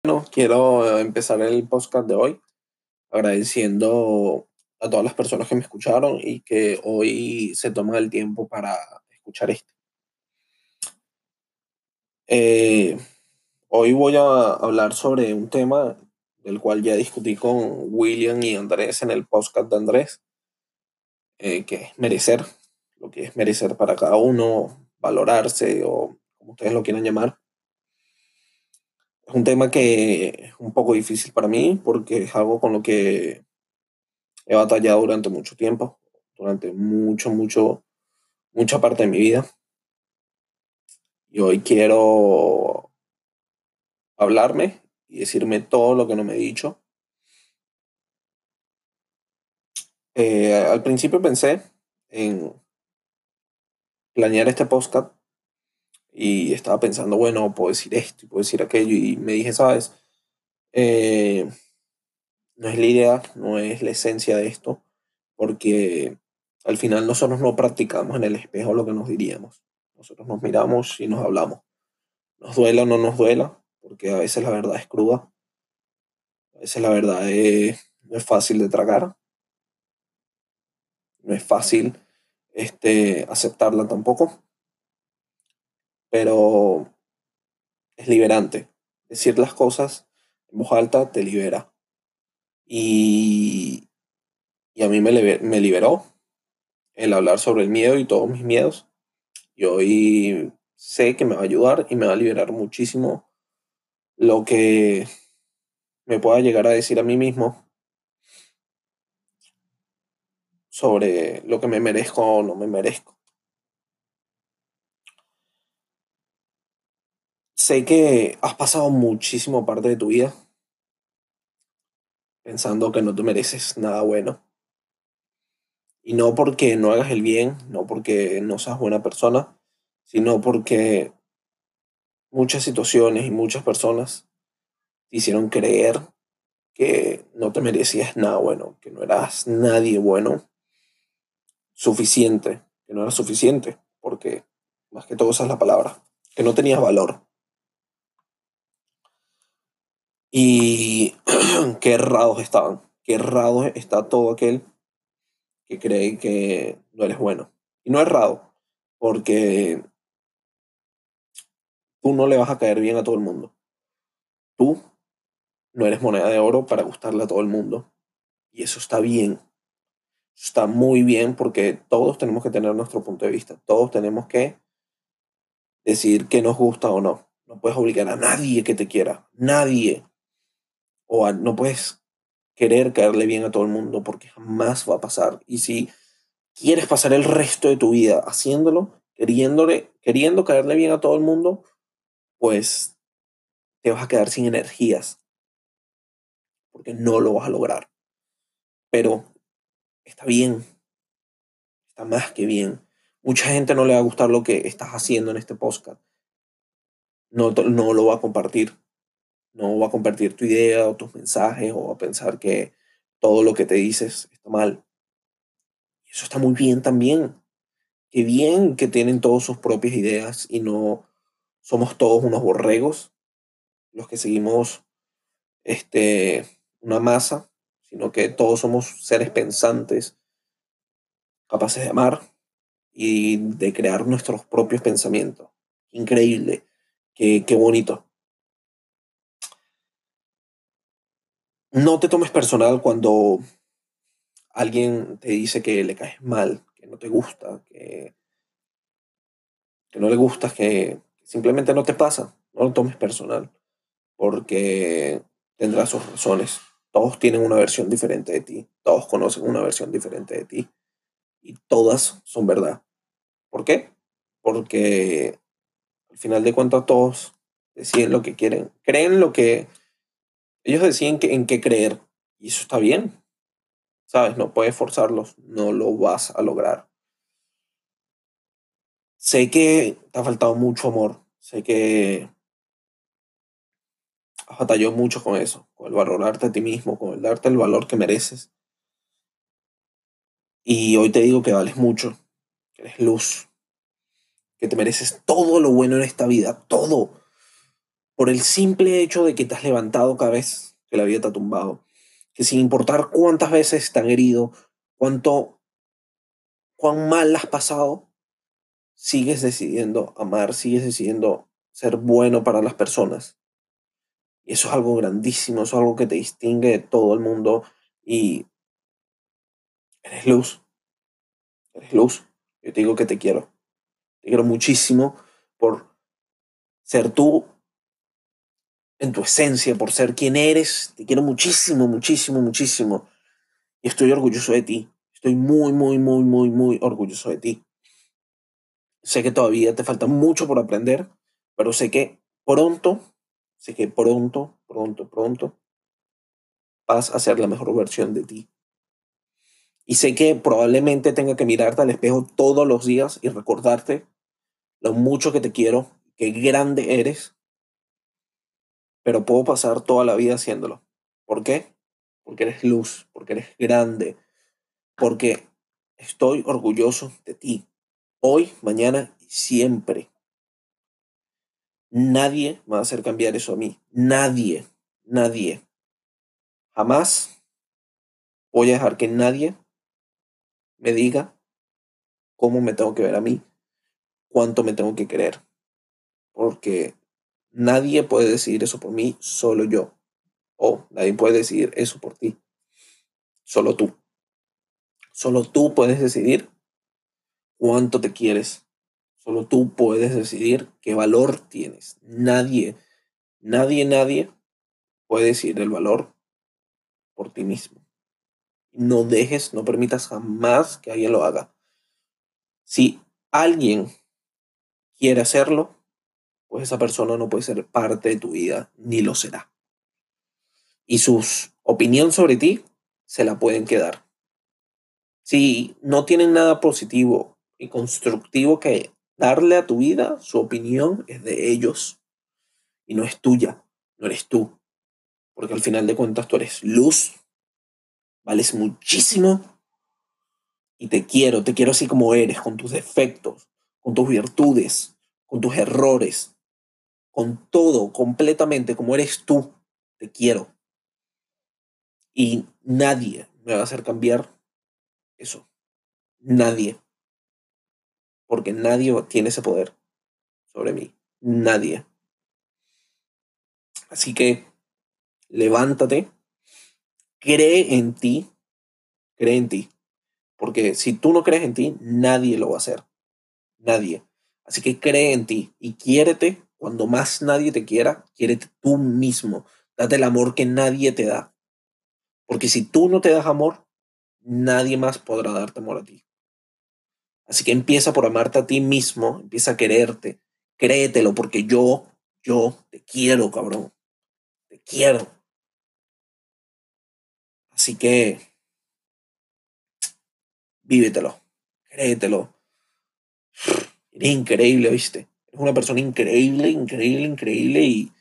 Bueno, quiero empezar el podcast de hoy agradeciendo a todas las personas que me escucharon y que hoy se toman el tiempo para escuchar esto. Eh, Hoy voy a hablar sobre un tema del cual ya discutí con William y Andrés en el podcast de Andrés, que es merecer, lo que es merecer para cada uno, valorarse o como ustedes lo quieran llamar. Es un tema que es un poco difícil para mí porque es algo con lo que he batallado durante mucho tiempo, durante mucha parte de mi vida. Y hoy quiero hablarme y decirme todo lo que no me he dicho. Al principio pensé en planear este podcast y estaba pensando, bueno, puedo decir esto y puedo decir aquello. Y me dije, sabes, Eh, no es la idea, no es la esencia de esto, porque al final nosotros no practicamos en el espejo lo que nos diríamos. Nosotros nos miramos y nos hablamos. Nos duela o no nos duela, porque a veces la verdad es cruda, a veces la verdad no es fácil de tragar, no es fácil aceptarla tampoco, pero es liberante. Decir las cosas en voz alta te libera. Y, y a mí me liberó el hablar sobre el miedo y todos mis miedos. Y hoy sé que me va a ayudar y me va a liberar muchísimo lo que me pueda llegar a decir a mí mismo sobre lo que me merezco o no me merezco. Sé que has pasado muchísimo parte de tu vida pensando que no te mereces nada bueno. Y no porque no hagas el bien, no porque no seas buena persona, sino porque muchas situaciones y muchas personas te hicieron creer que no te merecías nada bueno, que no eras nadie bueno, suficiente, que no eras suficiente, porque más que todo esa es la palabra, que no tenías valor. Y qué errados estaban, qué errado está todo aquel que cree que no eres bueno. Y no es errado, porque tú no le vas a caer bien a todo el mundo. Tú no eres moneda de oro para gustarle a todo el mundo. Y eso está bien, está muy bien porque todos tenemos que tener nuestro punto de vista. Todos tenemos que decidir qué nos gusta o no. No puedes obligar a nadie que te quiera, nadie. No puedes querer caerle bien a todo el mundo porque jamás va a pasar. Y si quieres pasar el resto de tu vida haciéndolo, queriendo caerle bien a todo el mundo, pues te vas a quedar sin energías porque no lo vas a lograr. Pero está bien, está más que bien. Mucha gente no le va a gustar lo que estás haciendo en este podcast. No lo va a compartir. No va a compartir tu idea o tus mensajes o va a pensar que todo lo que te dices está mal. Y eso está muy bien también. Qué bien que tienen todos sus propias ideas y no somos todos unos borregos los que seguimos este, una masa, sino que todos somos seres pensantes, capaces de amar y de crear nuestros propios pensamientos. Increíble, qué bonito. No te tomes personal cuando alguien te dice que le caes mal, que no te gusta, que no le gustas, que simplemente no te pasa. No lo tomes personal, porque tendrá sus razones. Todos tienen una versión diferente de ti, todos conocen una versión diferente de ti y todas son verdad. ¿Por qué? Porque al final de cuentas todos deciden lo que quieren, creen lo que ellos deciden en qué creer y eso está bien, ¿sabes? No puedes forzarlos, no lo vas a lograr. Sé que te ha faltado mucho amor, sé que has batallado mucho con eso, con el valorarte a ti mismo, con el darte el valor que mereces. Y hoy te digo que vales mucho, que eres luz, que te mereces todo lo bueno en esta vida, todo. por el simple hecho de que te has levantado cada vez que la vida te ha tumbado, que sin importar cuántas veces te han herido, cuán mal la has pasado, sigues decidiendo amar, sigues decidiendo ser bueno para las personas. Y eso es algo grandísimo, eso es algo que te distingue de todo el mundo y eres luz, eres luz. Yo te digo que te quiero muchísimo por ser tú en tu esencia, por ser quien eres. Te quiero muchísimo, muchísimo, muchísimo. Y estoy orgulloso de ti. Estoy muy, muy, muy, muy, muy orgulloso de ti. Sé que todavía te falta mucho por aprender, pero pronto, sé que pronto, pronto, pronto vas a ser la mejor versión de ti. Y sé que probablemente tenga que mirarte al espejo todos los días y recordarte lo mucho que te quiero, qué grande eres, pero puedo pasar toda la vida haciéndolo. ¿Por qué? Porque eres luz, porque eres grande, porque estoy orgulloso de ti. Hoy, mañana y siempre. Nadie me va a hacer cambiar eso a mí. Nadie, nadie. Jamás voy a dejar que nadie me diga cómo me tengo que ver a mí, cuánto me tengo que querer, porque nadie puede decidir eso por mí, solo yo. O nadie puede decidir eso por ti, solo tú. Solo tú puedes decidir cuánto te quieres. Solo tú puedes decidir qué valor tienes. Nadie, nadie, nadie puede decidir el valor por ti mismo. No dejes, no permitas jamás que alguien lo haga. Si alguien quiere hacerlo, pues esa persona no puede ser parte de tu vida, ni lo será. Y sus opinión sobre ti se la pueden quedar. Si no tienen nada positivo y constructivo que darle a tu vida, su opinión es de ellos y no es tuya, no eres tú. Porque al final de cuentas tú eres luz, vales muchísimo y te quiero así como eres, con tus defectos, con tus virtudes, con tus errores, con todo, completamente como eres tú. Te quiero. Y nadie me va a hacer cambiar eso. Nadie. Porque nadie tiene ese poder sobre mí. Nadie. Así que levántate, cree en ti, cree en ti. Porque si tú no crees en ti, nadie lo va a hacer. Nadie. Así que cree en ti y quiérete. Cuando más nadie te quiera, quiérete tú mismo. Date el amor que nadie te da. Porque si tú no te das amor, nadie más podrá darte amor a ti. Así que empieza por amarte a ti mismo, empieza a quererte, créetelo, porque yo te quiero, cabrón, te quiero. Así que vívetelo, créetelo. Eres increíble, ¿viste? Eres una persona increíble, increíble, increíble y